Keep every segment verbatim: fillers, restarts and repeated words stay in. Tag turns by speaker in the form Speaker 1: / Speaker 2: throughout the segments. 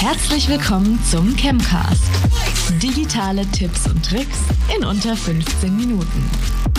Speaker 1: Herzlich willkommen zum Chemcast. Digitale Tipps und Tricks in unter fünfzehn Minuten.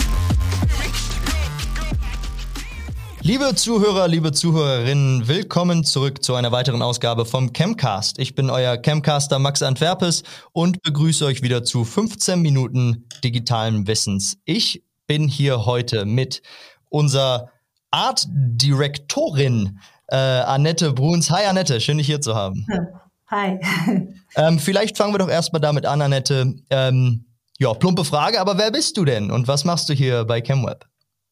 Speaker 2: Liebe Zuhörer, liebe Zuhörerinnen, willkommen zurück zu einer weiteren Ausgabe vom Chemcast. Ich bin euer Chemcaster Max Antwerpes und begrüße euch wieder zu fünfzehn Minuten digitalen Wissens. Ich bin hier heute mit unserer Art-Direktorin äh, Annette Bruns. Hi Annette, schön dich hier zu haben.
Speaker 3: Hi.
Speaker 2: ähm, vielleicht fangen wir doch erstmal damit an, Annette. Ähm, ja, plumpe Frage, aber wer bist du denn und was machst du hier bei ChemWeb?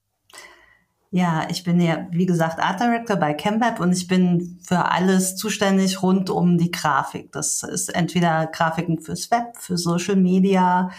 Speaker 3: Ja, ich bin ja, wie gesagt, Art Director bei ChemWeb und ich bin für alles zuständig rund um die Grafik. Das ist entweder Grafiken fürs Web, für Social Media,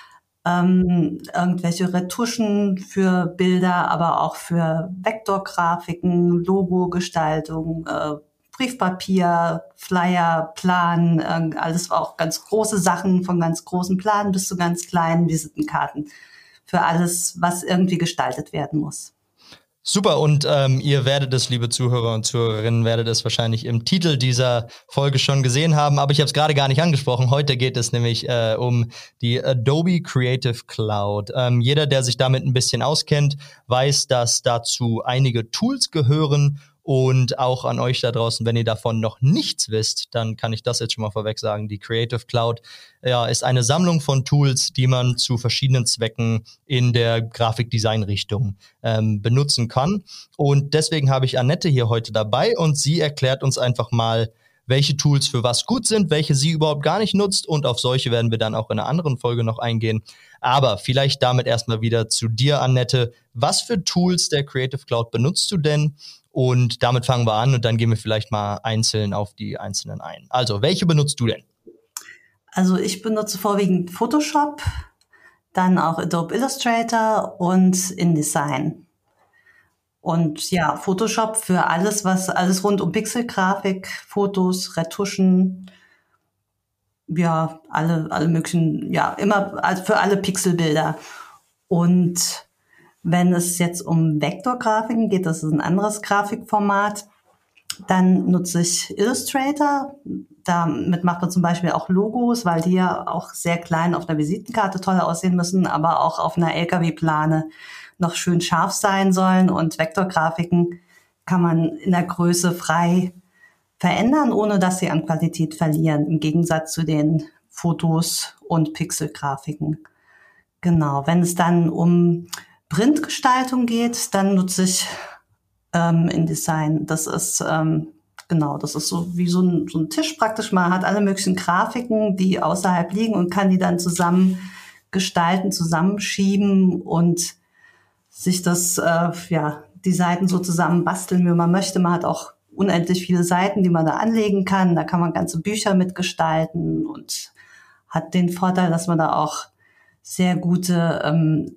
Speaker 3: ähm, irgendwelche Retuschen für Bilder, aber auch für Vektorgrafiken, Logogestaltung, äh, Briefpapier, Flyer, Plan, äh, alles auch ganz große Sachen, von ganz großen Planen bis zu ganz kleinen Visitenkarten. Für alles, was irgendwie gestaltet werden muss.
Speaker 2: Super, und ähm, ihr werdet es, liebe Zuhörer und Zuhörerinnen, werdet es wahrscheinlich im Titel dieser Folge schon gesehen haben, aber ich habe es gerade gar nicht angesprochen. Heute geht es nämlich äh, um die Adobe Creative Cloud. Ähm, jeder, der sich damit ein bisschen auskennt, weiß, dass dazu einige Tools gehören. Und auch an euch da draußen, wenn ihr davon noch nichts wisst, dann kann ich das jetzt schon mal vorweg sagen. Die Creative Cloud ja, ist eine Sammlung von Tools, die man zu verschiedenen Zwecken in der Grafikdesign-Richtung ähm, benutzen kann. Und deswegen habe ich Annette hier heute dabei und sie erklärt uns einfach mal, welche Tools für was gut sind, welche sie überhaupt gar nicht nutzt, und auf solche werden wir dann auch in einer anderen Folge noch eingehen. Aber vielleicht damit erstmal wieder zu dir, Annette. Was für Tools der Creative Cloud benutzt du denn? Und damit fangen wir an und dann gehen wir vielleicht mal einzeln auf die einzelnen ein. Also, welche benutzt du denn?
Speaker 3: Also ich benutze vorwiegend Photoshop, dann auch Adobe Illustrator und InDesign. Und ja, Photoshop für alles, was alles rund um Pixelgrafik, Fotos, Retuschen, ja, alle, alle möglichen, ja, immer also für alle Pixelbilder. Und wenn es jetzt um Vektorgrafiken geht, das ist ein anderes Grafikformat, dann nutze ich Illustrator. Damit macht man zum Beispiel auch Logos, weil die ja auch sehr klein auf der Visitenkarte toll aussehen müssen, aber auch auf einer L K W-Plane noch schön scharf sein sollen. Und Vektorgrafiken kann man in der Größe frei verändern, ohne dass sie an Qualität verlieren, im Gegensatz zu den Fotos und Pixelgrafiken. Genau, wenn es dann um Printgestaltung geht, dann nutze ich ähm, InDesign. Das ist ähm, genau, das ist so wie so ein, so ein Tisch praktisch. Man hat alle möglichen Grafiken, die außerhalb liegen und kann die dann zusammen gestalten, zusammenschieben und sich das, äh, ja, die Seiten so zusammen basteln, wie man möchte. Man hat auch unendlich viele Seiten, die man da anlegen kann. Da kann man ganze Bücher mitgestalten und hat den Vorteil, dass man da auch sehr gute ähm,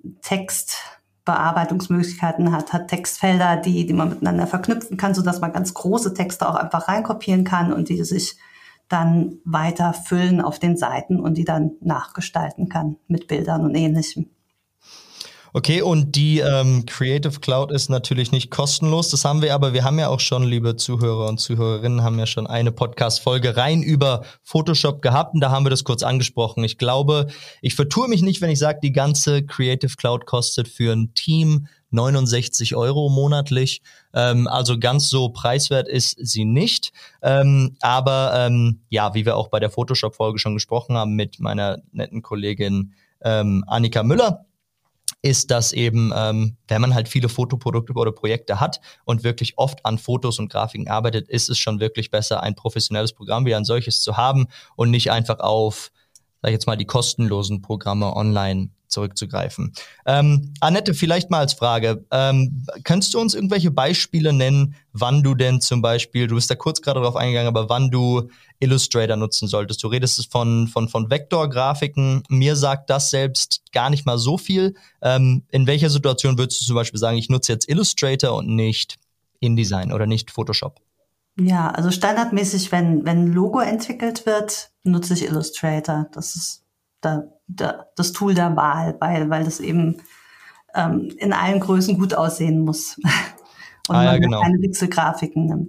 Speaker 3: Textbearbeitungsmöglichkeiten hat, hat Textfelder, die, die man miteinander verknüpfen kann, sodass man ganz große Texte auch einfach reinkopieren kann und die sich dann weiter füllen auf den Seiten und die dann nachgestalten kann mit Bildern und Ähnlichem.
Speaker 2: Okay, und die ähm, Creative Cloud ist natürlich nicht kostenlos, das haben wir aber, wir haben ja auch schon, liebe Zuhörer und Zuhörerinnen, haben ja schon eine Podcast-Folge rein über Photoshop gehabt und da haben wir das kurz angesprochen. Ich glaube, ich vertue mich nicht, wenn ich sage, die ganze Creative Cloud kostet für ein Team neunundsechzig Euro monatlich, ähm, also ganz so preiswert ist sie nicht, ähm, aber ähm, ja, wie wir auch bei der Photoshop-Folge schon gesprochen haben mit meiner netten Kollegin ähm, Annika Müller, ist das eben, ähm, wenn man halt viele Fotoprodukte oder Projekte hat und wirklich oft an Fotos und Grafiken arbeitet, ist es schon wirklich besser, ein professionelles Programm wie ein solches zu haben und nicht einfach auf, sag ich jetzt mal, die kostenlosen Programme online zurückzugreifen. Ähm, Annette, vielleicht mal als Frage, ähm, kannst du uns irgendwelche Beispiele nennen, wann du denn zum Beispiel, du bist da kurz gerade drauf eingegangen, aber wann du Illustrator nutzen solltest? Du redest von, von, von Vektorgrafiken. Mir sagt das selbst gar nicht mal so viel. Ähm, in welcher Situation würdest du zum Beispiel sagen, ich nutze jetzt Illustrator und nicht InDesign oder nicht Photoshop?
Speaker 3: Ja, also standardmäßig, wenn, wenn ein Logo entwickelt wird, nutze ich Illustrator. Das ist da, da, das Tool der Wahl, weil, weil das eben ähm, in allen Größen gut aussehen muss. Und
Speaker 2: ah, ja,
Speaker 3: man
Speaker 2: genau.
Speaker 3: keine Pixelgrafiken nimmt.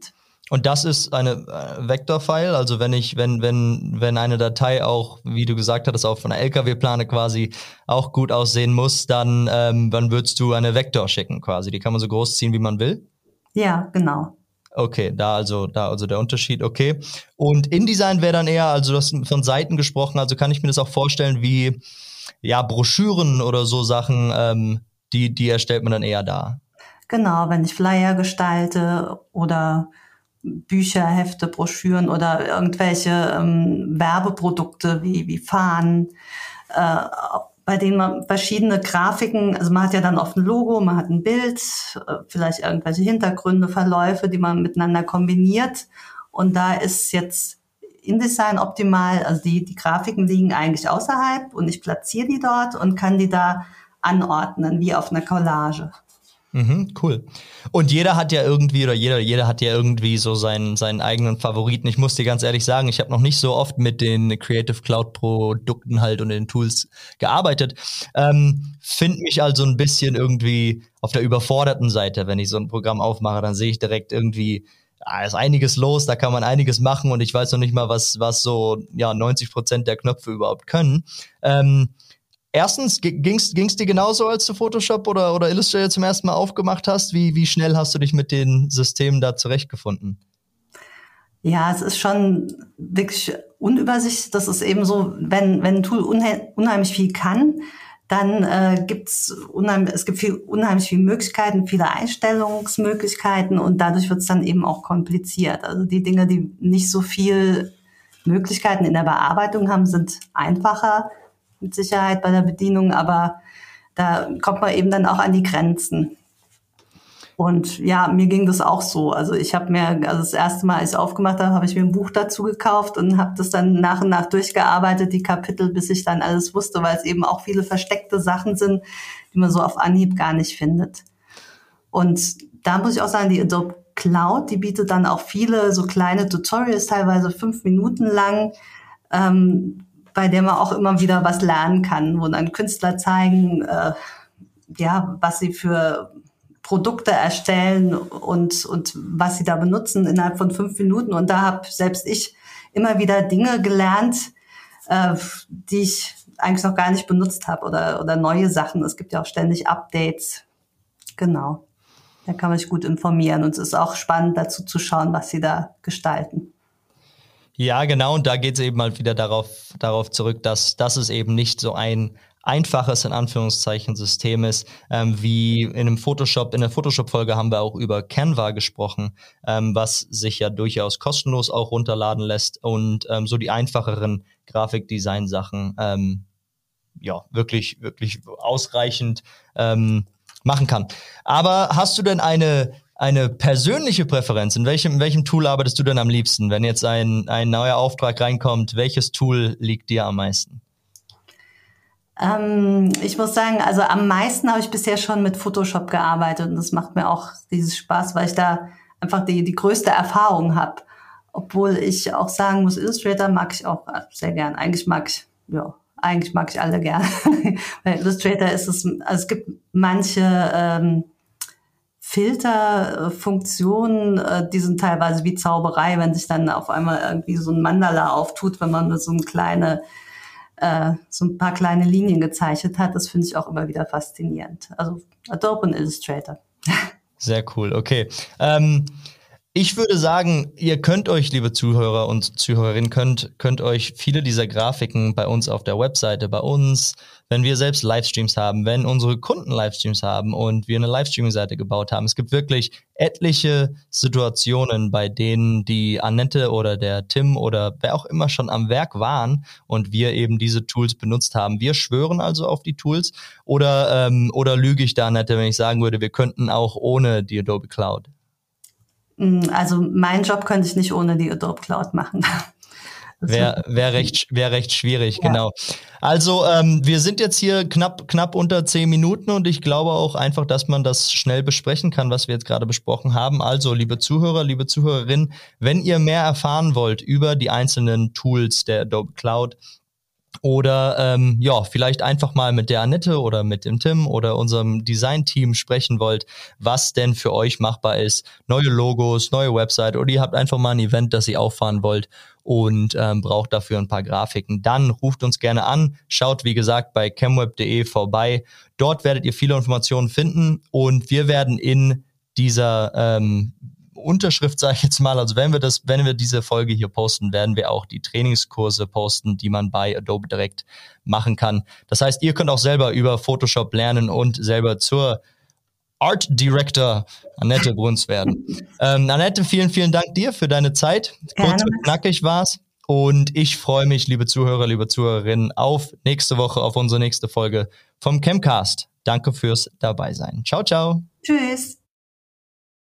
Speaker 2: Und das ist eine äh, Vektorfile, also wenn ich, wenn, wenn, wenn eine Datei auch, wie du gesagt hattest, auch von der L K W-Plane quasi auch gut aussehen muss, dann, ähm, dann würdest du eine Vektor schicken quasi. Die kann man so groß ziehen, wie man will.
Speaker 3: Ja, genau.
Speaker 2: Okay, da also, da also der Unterschied, okay. Und InDesign wäre dann eher, also du hast von Seiten gesprochen, also kann ich mir das auch vorstellen, wie, ja, Broschüren oder so Sachen, ähm, die, die erstellt man dann eher da.
Speaker 3: Genau, wenn ich Flyer gestalte oder Bücher, Hefte, Broschüren oder irgendwelche ähm, Werbeprodukte wie, wie Fahnen, äh, bei denen man verschiedene Grafiken, also man hat ja dann oft ein Logo, man hat ein Bild, äh, vielleicht irgendwelche Hintergründe, Verläufe, die man miteinander kombiniert. Und da ist jetzt InDesign optimal, also die, die Grafiken liegen eigentlich außerhalb und ich platziere die dort und kann die da anordnen, wie auf einer Collage.
Speaker 2: Mhm, cool. Und jeder hat ja irgendwie, oder jeder, jeder hat ja irgendwie so seinen, seinen eigenen Favoriten. Ich muss dir ganz ehrlich sagen, ich habe noch nicht so oft mit den Creative Cloud Produkten halt und den Tools gearbeitet. Ähm, Finde mich also ein bisschen irgendwie auf der überforderten Seite. Wenn ich so ein Programm aufmache, dann sehe ich direkt irgendwie, da ist einiges los, da kann man einiges machen und ich weiß noch nicht mal, was, was so, ja, neunzig Prozent der Knöpfe überhaupt können. Ähm, Erstens, ging's ging's dir genauso, als du Photoshop oder, oder Illustrator zum ersten Mal aufgemacht hast? Wie, wie schnell hast du dich mit den Systemen da zurechtgefunden?
Speaker 3: Ja, es ist schon wirklich unübersichtlich. Das ist eben so, wenn, wenn ein Tool unhe- unheimlich viel kann, dann äh, gibt's unheim- es gibt viel, unheimlich viele Möglichkeiten, viele Einstellungsmöglichkeiten und dadurch wird's dann eben auch kompliziert. Also die Dinge, die nicht so viel Möglichkeiten in der Bearbeitung haben, sind einfacher mit Sicherheit bei der Bedienung, aber da kommt man eben dann auch an die Grenzen. Und ja, mir ging das auch so. Also ich habe mir, also das erste Mal, als ich aufgemacht habe, habe ich mir ein Buch dazu gekauft und habe das dann nach und nach durchgearbeitet, die Kapitel, bis ich dann alles wusste, weil es eben auch viele versteckte Sachen sind, die man so auf Anhieb gar nicht findet. Und da muss ich auch sagen, die Adobe Cloud, die bietet dann auch viele so kleine Tutorials, teilweise fünf Minuten lang, ähm, bei der man auch immer wieder was lernen kann, wo dann Künstler zeigen, äh, ja, was sie für Produkte erstellen und, und was sie da benutzen innerhalb von fünf Minuten. Und da habe selbst ich immer wieder Dinge gelernt, äh, die ich eigentlich noch gar nicht benutzt habe oder, oder neue Sachen. Es gibt ja auch ständig Updates. Genau. Da kann man sich gut informieren und es ist auch spannend, dazu zu schauen, was sie da gestalten.
Speaker 2: Ja, genau, und da geht es eben halt wieder darauf, darauf zurück, dass, dass es eben nicht so ein einfaches, in Anführungszeichen, System ist, ähm, wie in einem Photoshop. In der Photoshop-Folge haben wir auch über Canva gesprochen, ähm, was sich ja durchaus kostenlos auch runterladen lässt und ähm, so die einfacheren Grafikdesign-Sachen ähm, ja, wirklich, wirklich ausreichend ähm, machen kann. Aber hast du denn eine Eine persönliche Präferenz? In welchem, in welchem Tool arbeitest du denn am liebsten? Wenn jetzt ein, ein neuer Auftrag reinkommt, welches Tool liegt dir am meisten?
Speaker 3: Ähm, ich muss sagen, also am meisten habe ich bisher schon mit Photoshop gearbeitet und das macht mir auch dieses Spaß, weil ich da einfach die, die größte Erfahrung habe. Obwohl ich auch sagen muss, Illustrator mag ich auch sehr gern. Eigentlich mag ich, ja, eigentlich mag ich alle gern. Bei Illustrator ist es, also es gibt manche ähm, Filterfunktionen, äh, die sind teilweise wie Zauberei, wenn sich dann auf einmal irgendwie so ein Mandala auftut, wenn man nur so ein kleine, äh, so ein paar kleine Linien gezeichnet hat. Das finde ich auch immer wieder faszinierend. Also Adobe und Illustrator.
Speaker 2: Sehr cool, okay. Ähm, ich würde sagen, ihr könnt euch, liebe Zuhörer und Zuhörerinnen, könnt, könnt euch viele dieser Grafiken bei uns auf der Webseite, bei uns, wenn wir selbst Livestreams haben, wenn unsere Kunden Livestreams haben und wir eine Livestreaming-Seite gebaut haben. Es gibt wirklich etliche Situationen, bei denen die Annette oder der Tim oder wer auch immer schon am Werk waren und wir eben diese Tools benutzt haben. Wir schwören also auf die Tools oder, ähm, oder lüge ich da, Annette, wenn ich sagen würde, wir könnten auch ohne die Adobe Cloud?
Speaker 3: Also meinen Job könnte ich nicht ohne die Adobe Cloud machen.
Speaker 2: Wäre wär recht, wär recht schwierig, ja. Genau. Also ähm, wir sind jetzt hier knapp knapp unter zehn Minuten und ich glaube auch einfach, dass man das schnell besprechen kann, was wir jetzt gerade besprochen haben. Also, liebe Zuhörer, liebe Zuhörerinnen, wenn ihr mehr erfahren wollt über die einzelnen Tools der Adobe Cloud, oder ähm, ja, vielleicht einfach mal mit der Annette oder mit dem Tim oder unserem Design-Team sprechen wollt, was denn für euch machbar ist. Neue Logos, neue Website oder ihr habt einfach mal ein Event, das ihr auffahren wollt und ähm, braucht dafür ein paar Grafiken. Dann ruft uns gerne an, schaut wie gesagt bei chemweb punkt de vorbei. Dort werdet ihr viele Informationen finden und wir werden in dieser ähm, Unterschrift, sage ich jetzt mal, also wenn wir das, wenn wir diese Folge hier posten, werden wir auch die Trainingskurse posten, die man bei Adobe direkt machen kann. Das heißt, ihr könnt auch selber über Photoshop lernen und selber zur Art Director Annette Bruns werden. ähm, Annette, vielen, vielen Dank dir für deine Zeit. Kurz und knackig war's. Und ich freue mich, liebe Zuhörer, liebe Zuhörerinnen, auf nächste Woche, auf unsere nächste Folge vom Chemcast. Danke fürs Dabeisein. Ciao, ciao.
Speaker 3: Tschüss.